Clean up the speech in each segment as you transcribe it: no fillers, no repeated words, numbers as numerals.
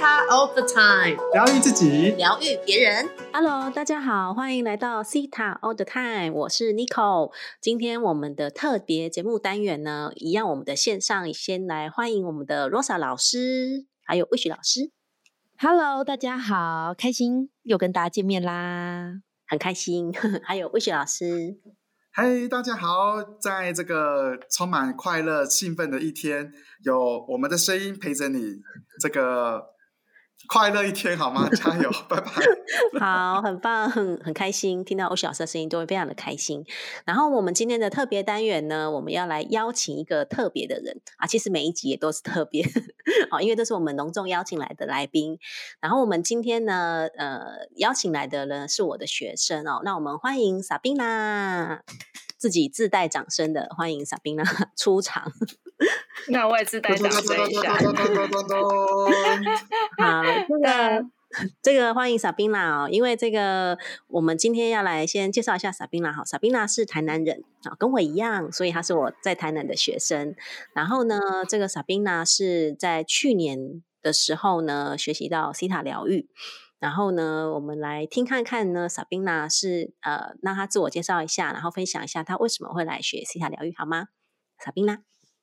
Sita all the time， 疗愈自己， 疗愈别人。 Hello， 大家好，欢迎来到 Sita all the time， 我是 Nicole。今天我们的特别节目单元呢，一样我们的线上先来欢迎我们的 Rosa 老师，还有 Wish 老师。 Hello， 大家好，开心又跟大家见面啦， 很开心。还有 Wish 老师。 嗨，大家好！在这个充满快乐、兴奋的一天，有我们的声音陪着你，这个快乐一天好吗？加油，拜拜！ 好，很棒，很开心，听到欧小师的声音都会非常的开心。然后我们今天的特别单元呢，我们要来邀请一个特别的人啊，其实每一集也都是特别因为都是我们隆重邀请来的来宾。然后我们今天呢，邀请来的呢是我的学生哦，那我们欢迎 Sabina， 自己自带掌声的欢迎 Sabina 出场。 那我也自带掌声一下。 好，这个欢迎 Sabina 哦，因为这个我们今天要来先介绍一下 Sabina 好 ，Sabina 是台南人啊，跟我一样，所以她是我在台南的学生。然后呢，这个 Sabina 是在去年的时候呢学习到西塔疗愈。然后呢，我们来听看看呢 ，Sabina 是让她自我介绍一下，然后分享一下她为什么会来学西塔疗愈，好吗 ？Sabina。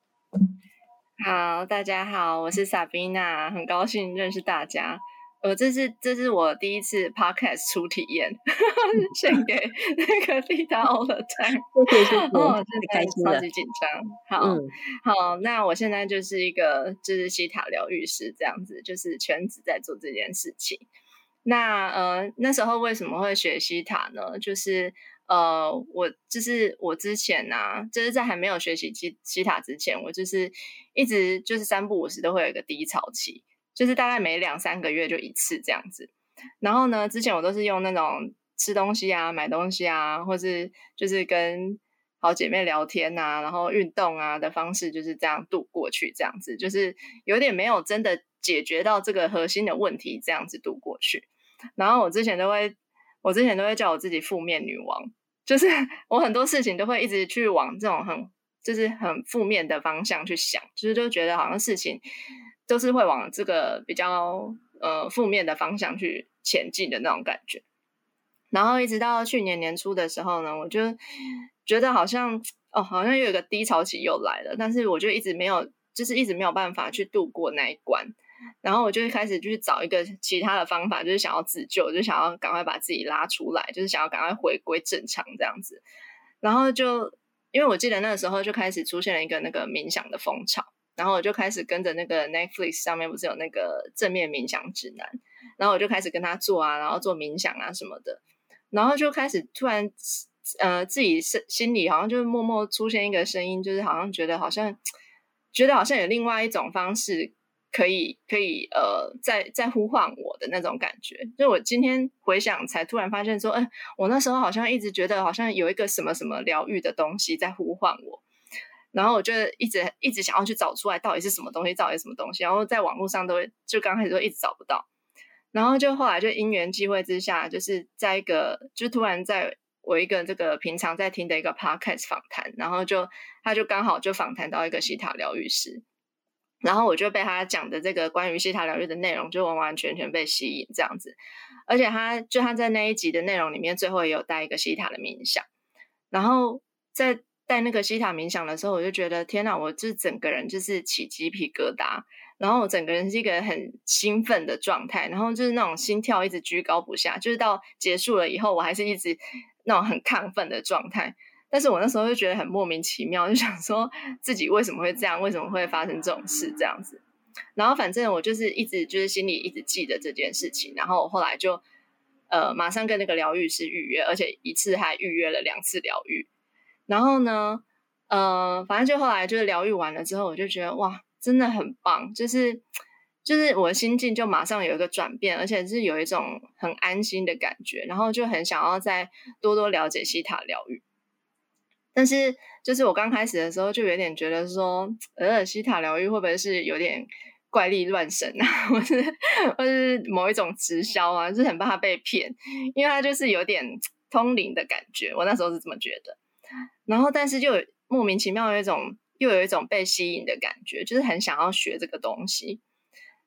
好，大家好，我是 Sabina， 很高兴认识大家。这是我第一次 podcast 初体验，献给那个 Sita all the time。 哦，真的开心的， 超级紧张。好，那我现在就是一个就是西塔疗愈师这样子，就是全职在做这件事情。那时候为什么会学西塔呢？就是我之前啊，就是在还没有学习西塔之前，我就是一直就是3不5时都会有一个低潮期，就是大概每2-3个月就一次这样子。然后呢，之前我都是用那种吃东西啊、买东西啊，或是就是跟好姐妹聊天啊，然后运动啊的方式，就是这样度过去，这样子就是有点没有真的解决到这个核心的问题，这样子度过去。然后我之前都会叫我自己负面女王。就是我很多事情都会一直去往这种很负面的方向去想，就觉得好像事情都是会往这个比较负面的方向去前进的那种感觉。然后一直到去年年初的时候呢，我就觉得好像又有一个低潮期又来了，但是我就一直没有办法去度过那一关。然后我就开始去找一个其他的方法，就是想要自救，就想要赶快把自己拉出来，就是想要赶快回归正常这样子。然后就因为我记得那个时候就开始出现了一个那个冥想的风潮，然后我就开始跟着那个 Netflix 上面不是有那个正面冥想指南，然后我就开始跟他做啊，然后做冥想啊什么的，然后就开始突然自己心里好像就默默出现一个声音，就是好像觉得好像有另外一种方式可以在呼唤我的那种感觉。就我今天回想才突然发现说我那时候好像一直觉得好像有一个什么什么疗愈的东西在呼唤我，然后我就一直想要去找出来到底是什么东西，然后在网络上就刚开始都一直找不到，然后就后来就因缘际会之下，就是在一个就突然在我一个这个平常在听的一个 podcast 访谈，然后他就刚好就访谈到一个西塔疗愈师，然后我就被他讲的这个关于西塔疗愈的内容就完完全全被吸引这样子。而且他在那一集的内容里面最后也有带一个西塔的冥想，然后在带那个西塔冥想的时候，我就觉得天哪，我就是整个人就是起鸡皮疙瘩，然后我整个人是一个很兴奋的状态，然后就是那种心跳一直居高不下，就是到结束了以后我还是一直那种很亢奋的状态。但是我那时候就觉得很莫名其妙，就想说自己为什么会这样，为什么会发生这种事这样子。然后反正我就是一直就是心里一直记得这件事情，然后我后来就马上跟那个疗愈师预约，而且一次还预约了2次疗愈。然后呢反正就后来就是疗愈完了之后，我就觉得哇真的很棒，就是我的心境就马上有一个转变，而且是有一种很安心的感觉，然后就很想要再多多了解西塔疗愈。但是就是我刚开始的时候就有点觉得说西塔疗愈会不会是有点怪力乱神啊，或是某一种直销啊，就是很怕被骗，因为它就是有点通灵的感觉，我那时候是这么觉得。然后但是就有莫名其妙又有一种被吸引的感觉，就是很想要学这个东西。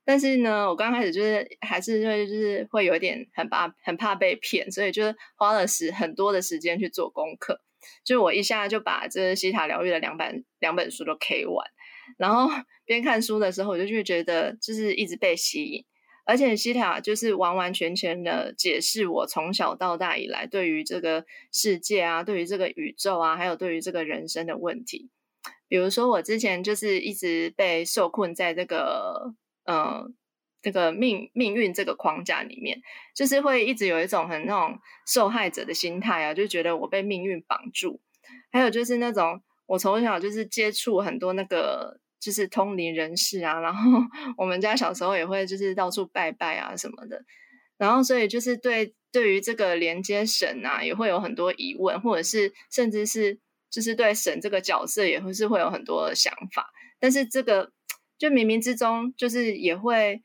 但是呢，我刚开始就是还是会有点很怕被骗，所以就是花了很多的时间去做功课。就我一下就把这西塔疗愈的两本书都 K 完，然后边看书的时候，我就会觉得就是一直被吸引，而且西塔就是完完全全的解释我从小到大以来对于这个世界啊，对于这个宇宙啊，还有对于这个人生的问题。比如说我之前就是一直被受困在这个命运这个框架里面，就是会一直有一种很那种受害者的心态啊，就觉得我被命运绑住。还有就是那种我从小就是接触很多那个就是通灵人士啊，然后我们家小时候也会就是到处拜拜啊什么的，然后所以就是对于这个连接神啊也会有很多疑问，或者是甚至是就是对神这个角色也会有很多的想法。但是这个就冥冥之中就是也会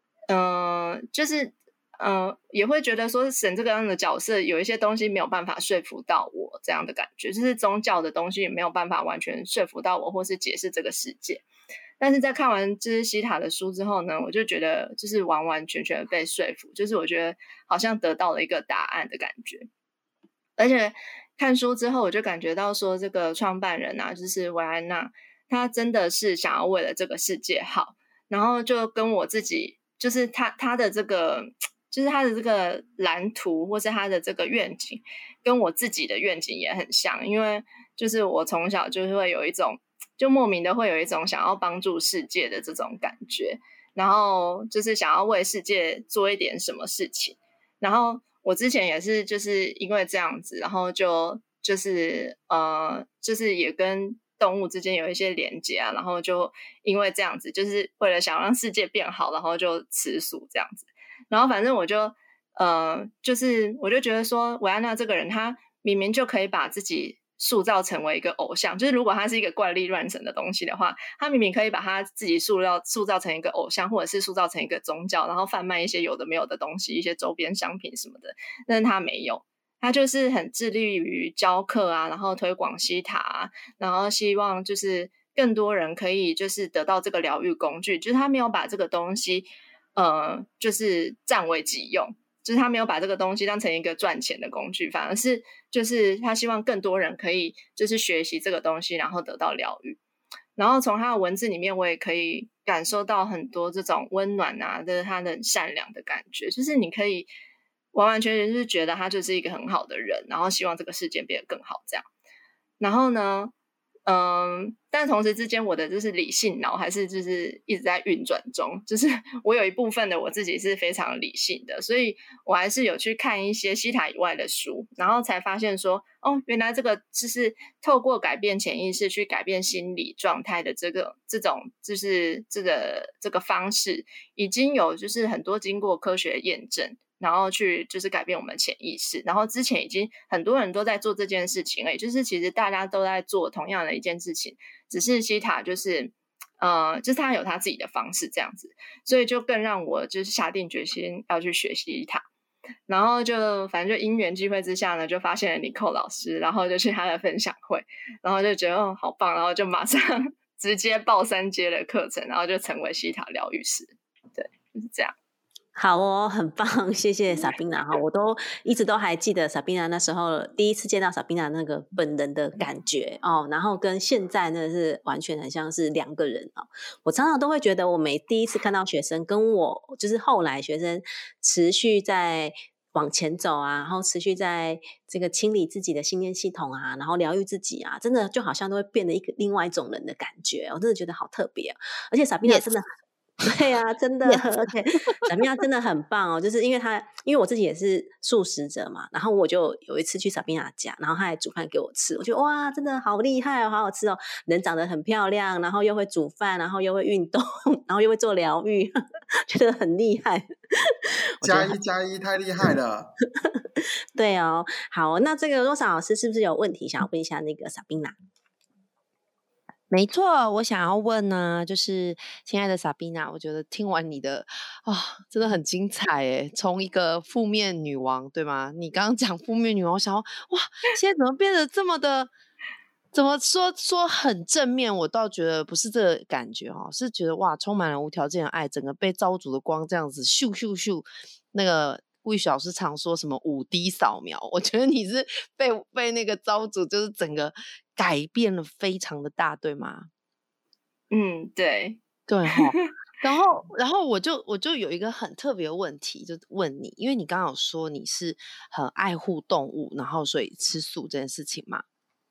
也会觉得说神这个样的角色有一些东西没有办法说服到我，这样的感觉就是宗教的东西也没有办法完全说服到我，或是解释这个世界。但是在看完就是西塔的书之后呢，我就觉得就是完完全全被说服，就是我觉得好像得到了一个答案的感觉。而且看书之后我就感觉到说这个创办人啊，就是维安娜，他真的是想要为了这个世界好，然后就跟我自己就是他的这个就是他的这个蓝图或是他的这个愿景跟我自己的愿景也很像。因为就是我从小就是会有一种就莫名的会有一种想要帮助世界的这种感觉，然后就是想要为世界做一点什么事情。然后我之前也是就是因为这样子，然后就是也跟动物之间有一些连接啊，然后就因为这样子就是为了想让世界变好，然后就吃素这样子。然后反正我就觉得说维安娜这个人他明明就可以把自己塑造成为一个偶像，就是如果他是一个怪力乱神的东西的话，他明明可以把他自己塑造成一个偶像，或者是塑造成一个宗教，然后贩卖一些有的没有的东西，一些周边商品什么的。但是他没有，他就是很致力于教课啊，然后推广西塔啊，然后希望就是更多人可以就是得到这个疗愈工具，就是他没有把这个东西就是占为己用，就是他没有把这个东西当成一个赚钱的工具，反而是就是他希望更多人可以就是学习这个东西，然后得到疗愈。然后从他的文字里面我也可以感受到很多这种温暖啊，就是他的善良的感觉，就是你可以完完全全就是觉得他就是一个很好的人，然后希望这个世界变得更好这样。然后呢但同时之间我的就是理性脑还是就是一直在运转中，就是我有一部分的我自己是非常理性的，所以我还是有去看一些西塔以外的书，然后才发现说原来这个就是透过改变潜意识去改变心理状态的这种就是这个方式已经有就是很多经过科学验证，然后去就是改变我们潜意识。然后之前已经很多人都在做这件事情了，就是其实大家都在做同样的一件事情，只是西塔就是他有他自己的方式这样子，所以就更让我就是下定决心要去学西塔。然后就反正就因缘际会之下呢，就发现了Nicole老师，然后就去他的分享会，然后就觉得好棒，然后就马上直接报3阶的课程，然后就成为西塔疗愈师。对，就是这样。 好哦，很棒，谢谢 Sabina 哈，我都一直都还记得 Sabina 那时候第一次见到 Sabina 那个本人的感觉然后跟现在呢是完全很像是两个人我常常都会觉得我第一次看到学生跟我就是后来学生持续在往前走啊，然后持续在这个清理自己的信念系统啊，然后疗愈自己啊，真的就好像都会变得另外一种人的感觉，我真的觉得好特别而且 Sabina 真的对啊，真的而且Sabina 真的很棒就是因为我自己也是素食者嘛，然后我就有一次去 Sabina 家，然后她还煮饭给我吃，我觉得哇真的好厉害好好吃人长得很漂亮，然后又会煮饭，然后又会运动，然后又会做疗愈觉得很厉害加一太厉害了对好，那这个Rosa老师是不是有问题想要问一下那个 Sabina？ 没错，我想要问呢就是亲爱的 Sabina， 我觉得听完你的真的很精彩耶，从一个负面女王对吗？你刚刚讲负面女王，我想哇现在怎么变得这么的怎么说很正面，我倒觉得不是这个感觉哦，是觉得哇，充满了无条件的爱，整个被造物主的光这样子咻咻咻，那个魏老师常说什么5D 扫描，我觉得你是被那个造物主就是整个改变了非常的大，对吗？ 对对齁。然后我就有一个很特别的问题，就问你，因为你刚刚有说你是很爱护动物，然后所以吃素这件事情嘛。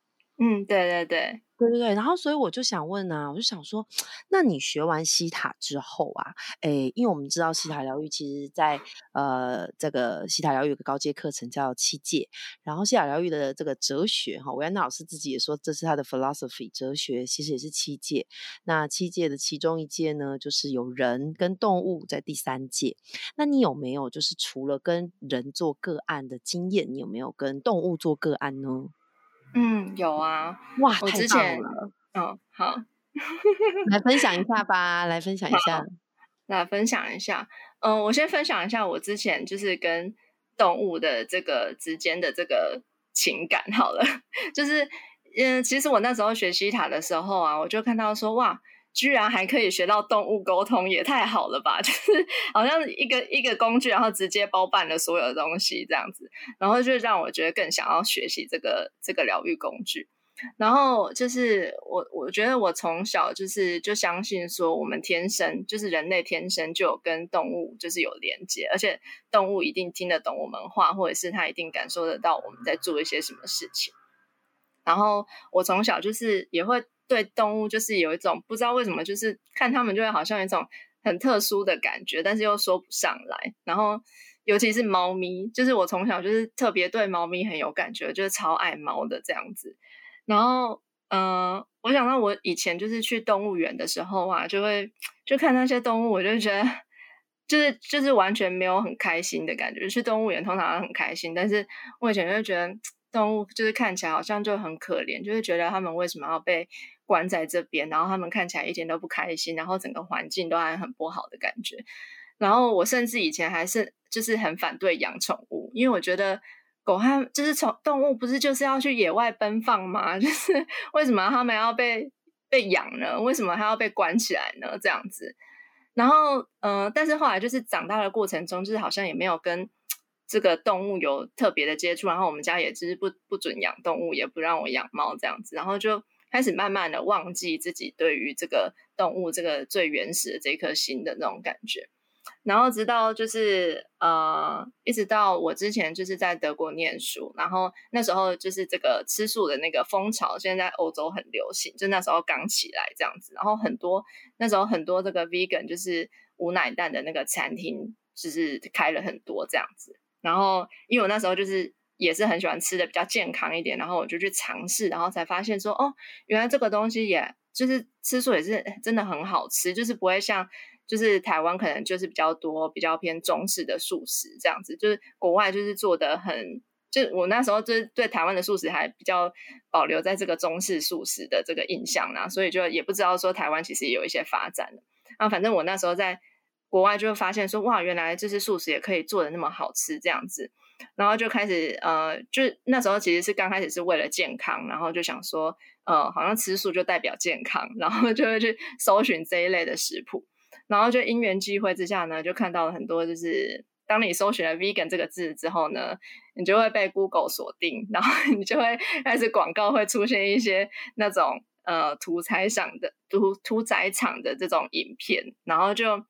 对， 然后所以我就想问啊，我就想说，那你学完西塔之后啊，因为我们知道西塔疗愈其实在这个西塔疗愈有个高阶课程叫7戒，然后西塔疗愈的这个哲学哈，维安娜老师自己也说这是他的 philosophy 哲学，其实也是7戒。那7戒的其中一戒呢，就是有人跟动物在第3戒。那你有没有就是除了跟人做个案的经验，你有没有跟动物做个案呢？ 有啊。 哇， 我之前好来分享一下吧，来分享一下。 来分享一下。我先分享一下我之前就是跟动物的这个之间的这个情感好了。就是其实我那时候学西塔的时候啊，我就看到说哇，居然还可以学到动物沟通，也太好了吧。就是好像一个工具，然后直接包办了所有的东西这样子，然后就让我觉得更想要学习这个疗愈工具。然后就是我觉得我从小就相信说，我们天生就是人类天生就有跟动物就是有连接，而且动物一定听得懂我们话，或者是它一定感受得到我们在做一些什么事情。然后我从小就是也会对动物就是有一种不知道为什么，就是看他们就会好像有一种很特殊的感觉，但是又说不上来。然后尤其是猫咪，就是我从小就是特别对猫咪很有感觉，就是超爱猫的这样子。然后我想到我以前就是去动物园的时候啊，就看那些动物，我就觉得就是完全没有很开心的感觉。去动物园通常很开心，但是我以前就觉得动物就是看起来好像就很可怜，就是觉得他们为什么要被关在这边，然后他们看起来一点都不开心，然后整个环境都还很不好的感觉。然后我甚至以前还是就是很反对养宠物，因为我觉得狗和就是动物不是就是要去野外奔放吗？就是为什么他们要被养呢？为什么还要被关起来呢？这样子。然后但是后来就是长大的过程中，就是好像也没有跟这个动物有特别的接触，然后我们家也就是不准养动物，也不让我养猫这样子，然后就开始慢慢的忘记自己对于这个动物这个最原始的这颗心的那种感觉。然后直到就是一直到我之前就是在德国念书，然后那时候就是这个吃素的那个风潮现在在欧洲很流行，就那时候刚起来这样子，然后那时候很多这个 vegan 就是无奶蛋的那个餐厅就是开了很多这样子。然后因为我那时候就是也是很喜欢吃的比较健康一点，然后我就去尝试，然后才发现说原来这个东西也就是吃素也是真的很好吃，就是不会像就是台湾可能就是比较多比较偏中式的素食这样子，就是国外就是做的很，就我那时候就是对台湾的素食还比较保留在这个中式素食的这个印象啦，所以就也不知道说台湾其实也有一些发展了。反正我那时候在国外就发现说哇，原来就是素食也可以做的那么好吃这样子，然后就开始就那时候其实是刚开始是为了健康，然后就想说好像吃素就代表健康，然后就会去搜寻这一类的食谱。然后就因缘际会之下呢，就看到了很多就是当你搜寻了 vegan 这个字之后呢，你就会被 Google 锁定，然后你就会开始广告会出现一些那种屠宰场的这种影片，然后就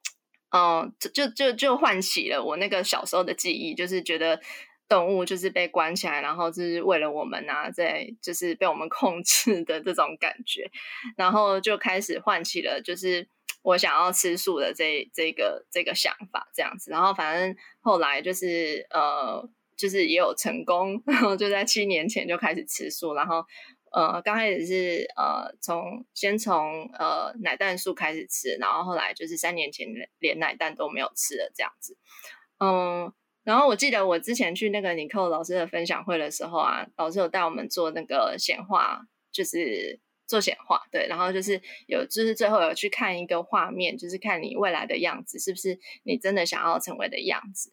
唤起了我那个小时候的记忆，就是觉得动物就是被关起来，然后就是为了我们啊，在就是被我们控制的这种感觉，然后就开始唤起了就是我想要吃素的这个想法这样子。然后反正后来就是就是也有成功，然后就在7年前就开始吃素，然后刚开始是先从奶蛋素开始吃，然后后来就是3年前连奶蛋都没有吃了这样子。然后我记得我之前去那个尼寇老师的分享会的时候啊，老师有带我们做那个显化，就是做显化，对，然后就是最后有去看一个画面，就是看你未来的样子是不是你真的想要成为的样子。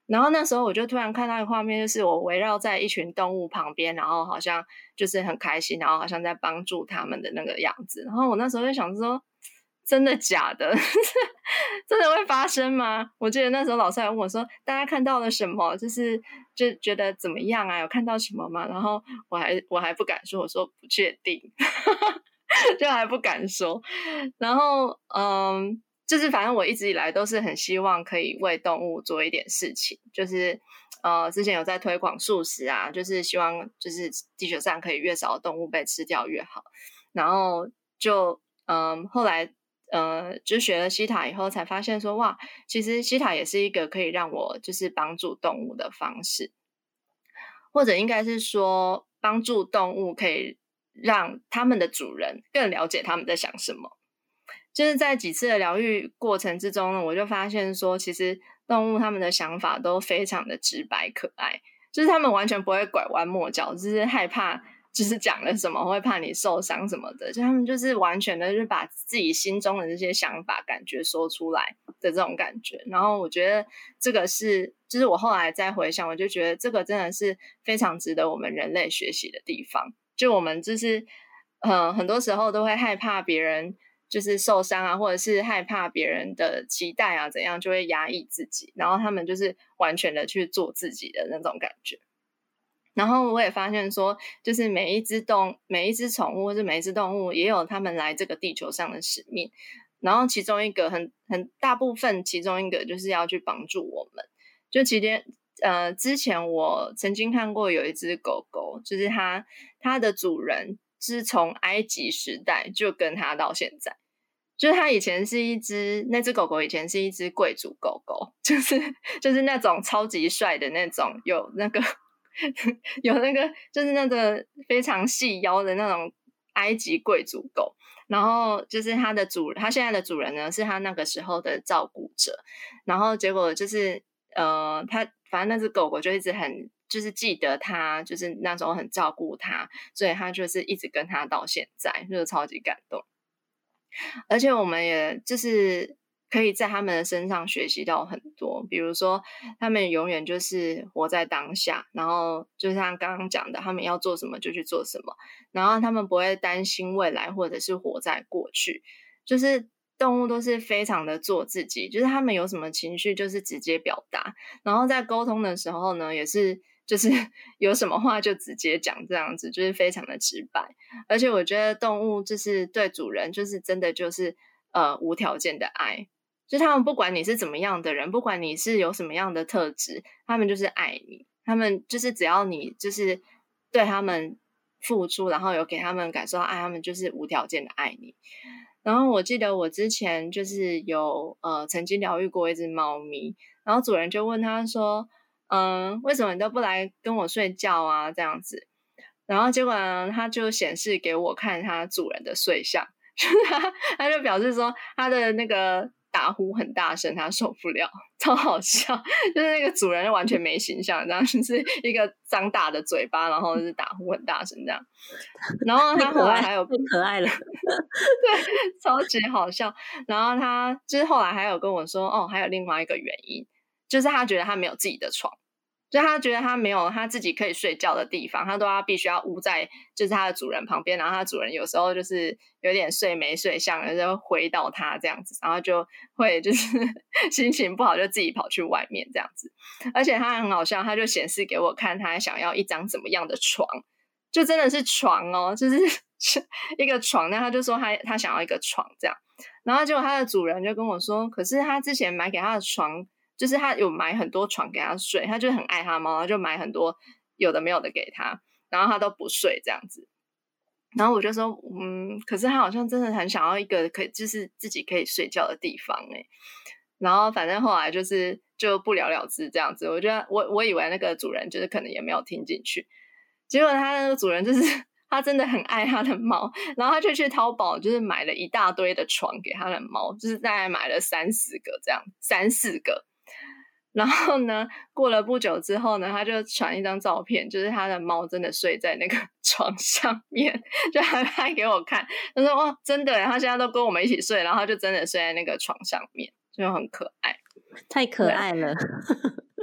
然后那时候我就突然看到一个画面，就是我围绕在一群动物旁边，然后好像就是很开心，然后好像在帮助他们的那个样子。然后我那时候就想说，真的假的？真的会发生吗？我记得那时候老师还问我说，大家看到了什么？就觉得怎么样啊？有看到什么吗？然后我还不敢说，我说不确定。就还不敢说。然后就是反正我一直以来都是很希望可以为动物做一点事情，就是之前有在推广素食啊，就是希望就是地球上可以越少的动物被吃掉越好。然后就后来就学了西塔以后才发现说，哇，其实西塔也是一个可以让我就是帮助动物的方式，或者应该是说帮助动物可以让他们的主人更了解他们在想什么。就是在几次的疗愈过程之中呢，我就发现说，其实动物他们的想法都非常的直白可爱，就是他们完全不会拐弯抹角，就是害怕就是讲了什么会怕你受伤什么的，就他们就是完全的就是把自己心中的这些想法感觉说出来的这种感觉。然后我觉得这个是就是我后来再回想，我就觉得这个真的是非常值得我们人类学习的地方。就我们就是很多时候都会害怕别人就是受伤啊，或者是害怕别人的期待啊怎样，就会压抑自己，然后他们就是完全的去做自己的那种感觉。然后我也发现说，就是每一只宠物或是每一只动物也有他们来这个地球上的使命，然后其中一个很大部分其中一个就是要去帮助我们。就之前我曾经看过有一只狗狗，就是它的主人是从埃及时代就跟它到现在，就是它以前是那只狗狗以前是一只贵族狗狗，就是那种超级帅的那种，有那个就是那个非常细腰的那种埃及贵族狗。然后就是它现在的主人呢是它那个时候的照顾者，然后结果就是它反正那只狗狗就一直很就是记得它，就是那时候很照顾它，所以它就是一直跟它到现在，就是超级感动。而且我们也就是可以在他们的身上学习到很多，比如说他们永远就是活在当下，然后就像刚刚讲的，他们要做什么就去做什么，然后他们不会担心未来或者是活在过去，就是动物都是非常的做自己，就是他们有什么情绪就是直接表达，然后在沟通的时候呢也是就是有什么话就直接讲，这样子就是非常的直白。而且我觉得动物就是对主人就是真的就是无条件的爱，就他们不管你是怎么样的人，不管你是有什么样的特质，他们就是爱你，他们就是只要你就是对他们付出，然后有给他们感受到爱，他们就是无条件的爱你。然后我记得我之前就是有曾经疗愈过一只猫咪，然后主人就问他说为什么你都不来跟我睡觉啊这样子，然后结果呢他就显示给我看他主人的睡相，他就表示说他的那个打呼很大声，他受不了，超好笑，就是那个主人完全没形象，这样就是一个张大的嘴巴，然后就是打呼很大声这样。然后他后来还有太可爱了， 对，超级好笑。然后他就是后来还有跟我说，还有另外一个原因，就是他觉得他没有自己的床。就他觉得他没有他自己可以睡觉的地方，他都必须要捂在就是他的主人旁边，然后他的主人有时候就是有点睡没睡相，就回到他这样子，然后就会就是心情不好就自己跑去外面这样子。而且他很好笑，他就显示给我看他想要一张怎么样的床，就真的是床哦，就是一个床，那他就说他想要一个床这样。然后结果他的主人就跟我说，可是他之前买给他的床就是他有买很多床给他睡，他就很爱他猫，就买很多有的没有的给他，然后他都不睡这样子。然后我就说可是他好像真的很想要一个就是自己可以睡觉的地方欸。然后反正后来就不了了之这样子。我觉得我以为那个主人就是可能也没有听进去，结果他那个主人就是他真的很爱他的猫，然后他就去淘宝就是买了一大堆的床给他的猫，就是大概买了3-4个这样，3-4个。然后呢过了不久之后呢，他就传一张照片，就是他的猫真的睡在那个床上面，就还拍给我看，他说真的耶，他现在都跟我们一起睡，然后他就真的睡在那个床上面，就很可爱， 太可爱了。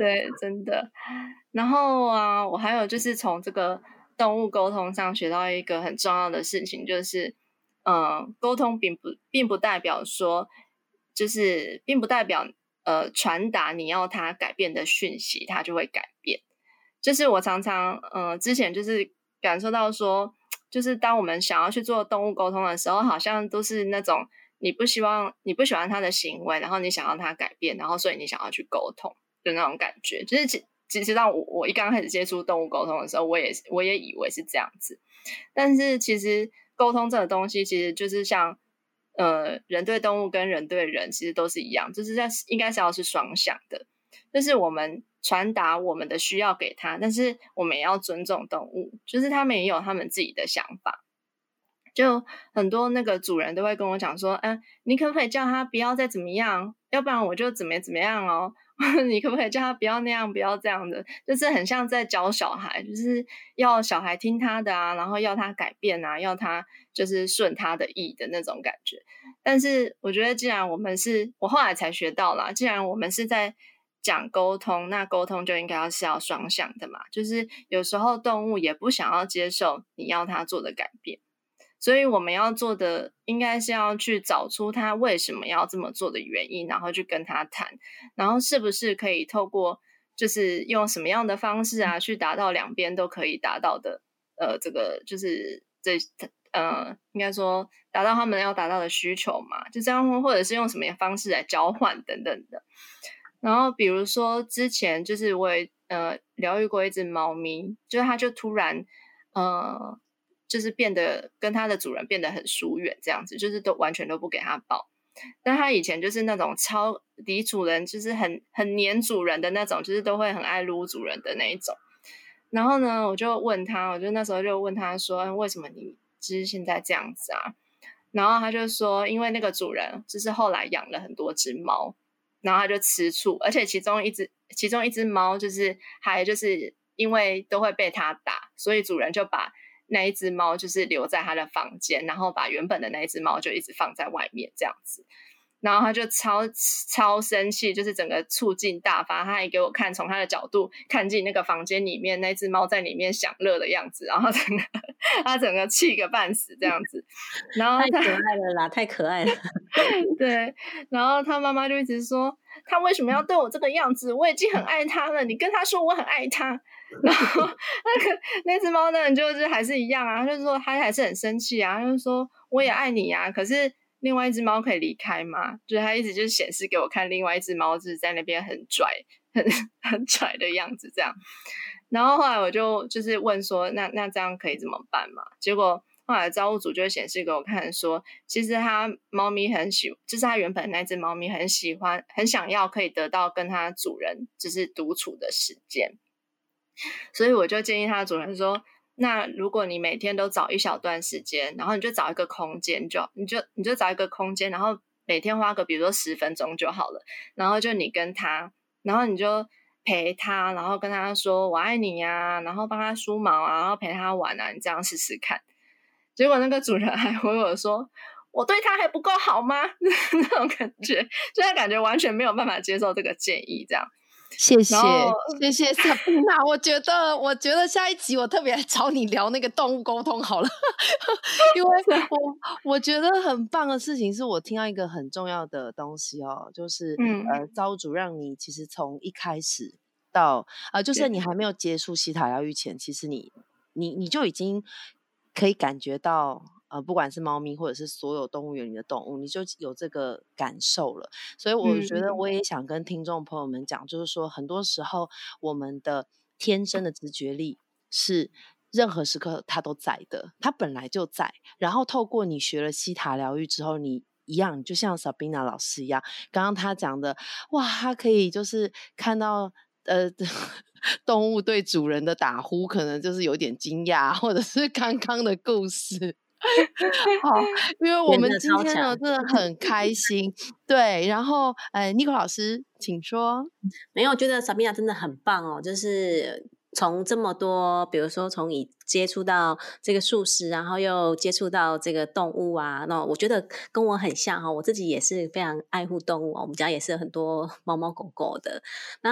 对，真的。然后啊，我还有就是从这个动物沟通上学到一个很重要的事情，就是沟通并不代表说，就是并不代表传达你要他改变的讯息，他就会改变。就是我常常之前就是感受到说，就是当我们想要去做动物沟通的时候，好像都是那种你不喜欢他的行为，然后你想要他改变，然后所以你想要去沟通的那种感觉。就是其实当我一刚开始接触动物沟通的时候，我也以为是这样子，但是其实沟通这个东西其实就是像人对动物跟人对人其实都是一样，就是应该是要是双向的，就是我们传达我们的需要给他，但是我们也要尊重动物，就是他们也有他们自己的想法。就很多那个主人都会跟我讲说，你可不可以叫他不要再怎么样，要不然我就怎么样哦。你可不可以叫他不要那样，不要这样的，就是很像在教小孩，就是要小孩听他的啊，然后要他改变啊，要他就是顺他的意的那种感觉。但是我觉得既然我后来才学到啦，既然我们是在讲沟通，那沟通就应该是要双向的嘛，就是有时候动物也不想要接受你要它做的改变，所以我们要做的应该是要去找出他为什么要这么做的原因，然后去跟他谈，然后是不是可以透过就是用什么样的方式啊去达到两边都可以达到的这个就是应该说达到他们要达到的需求嘛，就这样，或者是用什么方式来交换等等的。然后比如说之前就是我也疗愈过一只猫咪，就是它就突然就是变得跟它的主人变得很疏远，这样子，就是都完全都不给它抱。但它以前就是那种超离主人，就是很黏主人的那种，就是都会很爱撸主人的那一种。然后呢，我就那时候就问他说，为什么你就是现在这样子啊？然后他就说，因为那个主人就是后来养了很多只猫，然后他就吃醋，而且其中一只猫就是还就是因为都会被他打，所以主人就把那一只猫就是留在他的房间，然后把原本的那一只猫就一直放在外面这样子。然后他就超生气，就是整个醋劲大发，他还给我看从他的角度看进那个房间里面，那只猫在里面享乐的样子，然后他整个气个半死这样子。然后太可爱了啦，太可爱了。 对，然后他妈妈就一直说，他为什么要对我这个样子？我已经很爱他了，你跟他说我很爱他。然后那只猫呢，就是还是一样啊，就是说他还是很生气啊，就是说我也爱你啊，可是另外一只猫可以离开吗？就是他一直就是显示给我看，另外一只猫就是在那边很拽、很拽的样子这样。然后后来我就是问说，那这样可以怎么办嘛？结果后来造物主就显示给我看说，其实他猫咪就是他原本那只猫咪很喜欢、很想要可以得到跟他主人就是独处的时间。所以我就建议他的主人说，那如果你每天都找一小段时间，然后你就找一个空间，你就找一个空间，然后每天花个比如说10分钟就好了，然后就你跟他，然后你就陪他，然后跟他说我爱你呀，然后帮他梳毛啊，然后陪他玩啊，你这样试试看。结果那个主人还回我说，我对他还不够好吗？那种感觉，就他感觉完全没有办法接受这个建议这样。 谢谢 Sabina， 我觉得下一集我特别来找你聊那个动物沟通好了。因为我觉得很棒的事情是我听到一个很重要的东西哦，就是造物主让你其实从一开始到就是你还没有接触西塔疗愈前，其实你就已经可以感觉到不管是猫咪或者是所有动物园里的动物，你就有这个感受了。所以我觉得我也想跟听众朋友们讲，就是说很多时候我们的天生的直觉力是任何时刻它都在的，它本来就在。然后透过你学了西塔疗愈之后，你一样就像 Sabina 老师一样，刚刚他讲的，哇，他可以就是看到动物对主人的打呼可能就是有点惊讶，或者是刚刚的故事。好，因为我们今天呢真的很开心。对，然后Nico 老师请说。 没有，觉得 Sabina 真的很棒哦，就是从这么多，比如说从你接触到这个素食，然后又接触到这个动物啊，那我觉得跟我很像我自己也是非常爱护动物我们家也是很多猫猫狗狗的。那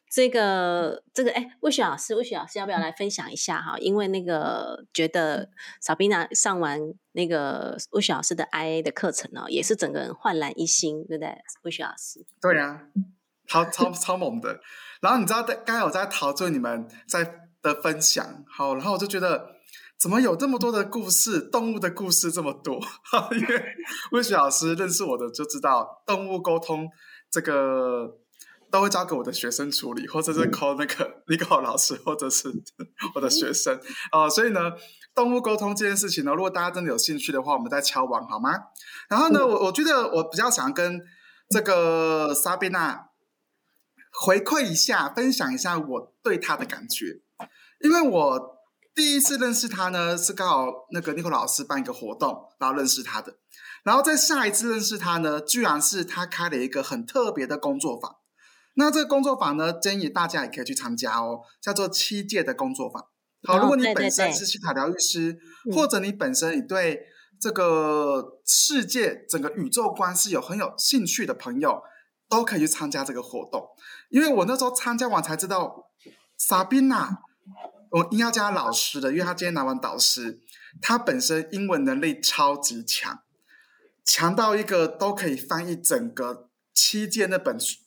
这个魏雪老师要不要来分享一下哈？因为那个觉得Sabina上完那个魏雪老师的 IA 的课程也是整个人焕然一新，对不对？魏雪老师， 对啊，超猛的。然后你知道，刚才我在陶醉你们的分享，好，然后我就觉得怎么有这么多的故事，动物的故事这么多？因为魏雪老师认识我的就知道，动物沟通这个都会交给我的学生处理，或者是 call 那个 Nico 老师，或者是我的学生所以呢，动物沟通这件事情呢，如果大家真的有兴趣的话，我们再敲碗好吗？然后呢，我觉得我比较想跟这个 Sabina 回馈一下，分享一下我对她的感觉，因为我第一次认识她呢，是刚好那个 Nico 老师办一个活动，然后认识她的。然后在下一次认识她呢，居然是她开了一个很特别的工作坊。那这个工作坊呢，建议大家也可以去参加叫做7届的工作坊。好，如果你本身是西塔疗愈师，或者你本身你对这个世界整个宇宙观是很有兴趣的朋友，都可以去参加这个活动。因为我那时候参加完才知道 Sabina 我应该叫他老师的，因为他今天拿完导师，他本身英文能力超级强，强到一个都可以翻译整个7届那本书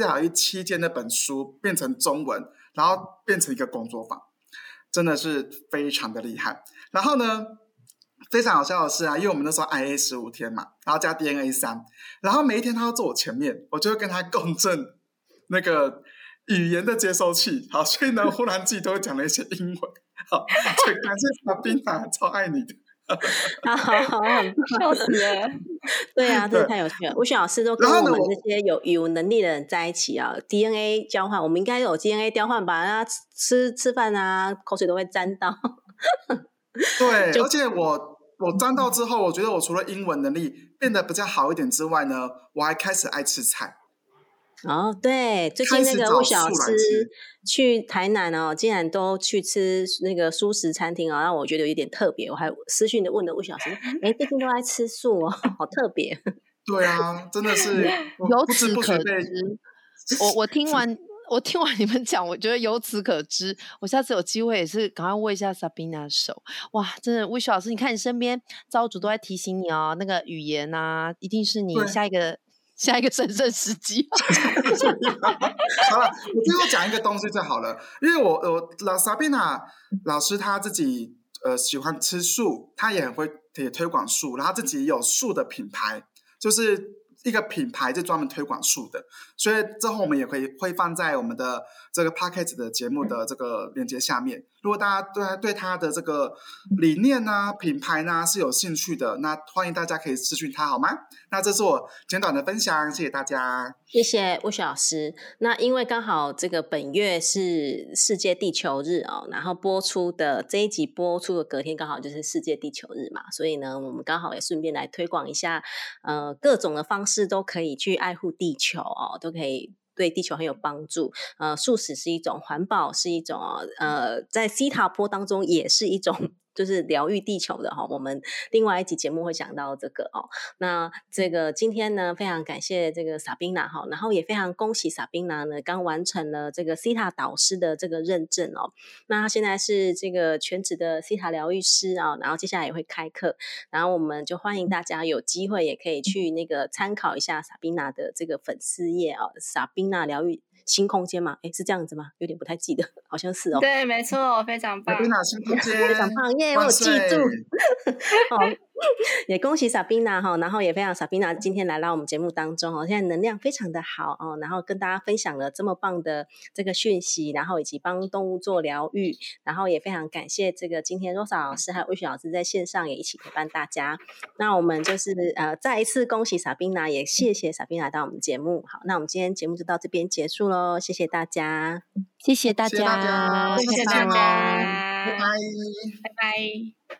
7届那本书变成中文，然后变成一个工作坊，真的是非常的厉害。然后呢，非常好笑的是因为我们那时候 IA 15天嘛，然后加 DNA 3，然后每一天他都坐我前面，我就会跟他共振那个语言的接收器。好，所以呢，忽然自己都会讲了一些英文。好，所以感谢Sabina，超爱你的。 好， 笑死了。 对啊，这太有趣了。魏雪老师都跟我们这些有能力的人在一起DNA 交换，我们应该有 DNA 交换吧？那吃饭口水都会沾到。 对，而且我沾到之后，我觉得我除了英文能力变得比较好一点之外呢，我还开始爱吃菜。 对，最近那个魏雪老师去台南竟然都去吃那个素食餐厅让我觉得有点特别。我还私讯的问了魏雪老师，最近都在吃素好特别。 对啊，真的是由此可知。我听完你们讲，我觉得由此可知，我下次有机会也是赶快握一下 Sabina 的手。哇，真的，魏雪老师，你看你身边造物主都在提醒你那个语言一定是你下一个神圣时机。 好了，我最后讲一个东西就好了，因为我Sabina 老师他自己喜欢吃素，他也很会推广素，然后自己有素的品牌，就是一个品牌就专门推广素的，所以之后我们也会放在我们的这个 Podcast 的节目的这个链接下面。如果大家对他的这个理念品牌是有兴趣的，那欢迎大家可以私讯他好吗？那这是我简短的分享，谢谢大家。 谢谢魏雪老师。那因为刚好这个本月是世界地球日然后这一集播出的隔天刚好就是世界地球日嘛，所以呢，我们刚好也顺便来推广一下各种的方式都可以去爱护地球都可以对地球很有帮助。素食是一种，环保是一种在西塔波当中也是一种就是疗愈地球的我们另外一集节目会讲到这个那这个今天呢，非常感谢这个 Sabina 然后也非常恭喜 Sabina 呢刚完成了这个西塔导师的这个认证那他现在是这个全职的西塔疗愈师然后接下来也会开课，然后我们就欢迎大家有机会也可以去那个参考一下 Sabina 的这个粉丝页Sabina 疗愈新空间吗？是这样子吗？有点不太记得，好像是对，没错，非常棒。 Sabina 新空间非常棒耶，我有记住。也恭喜 Sabina 然后也非常 Sabina 今天来到我们节目当中现在能量非常的好然后跟大家分享了这么棒的这个讯息，然后以及帮动物做疗愈，然后也非常感谢这个今天 Rosa 老师还有魏雪老师在线上也一起陪伴大家。那我们就是再一次恭喜 Sabina， 也谢谢 Sabina 来到我们节目。好，那我们今天节目就到这边结束咯，谢谢大家， 谢谢大家， 谢谢大家，拜拜，拜拜。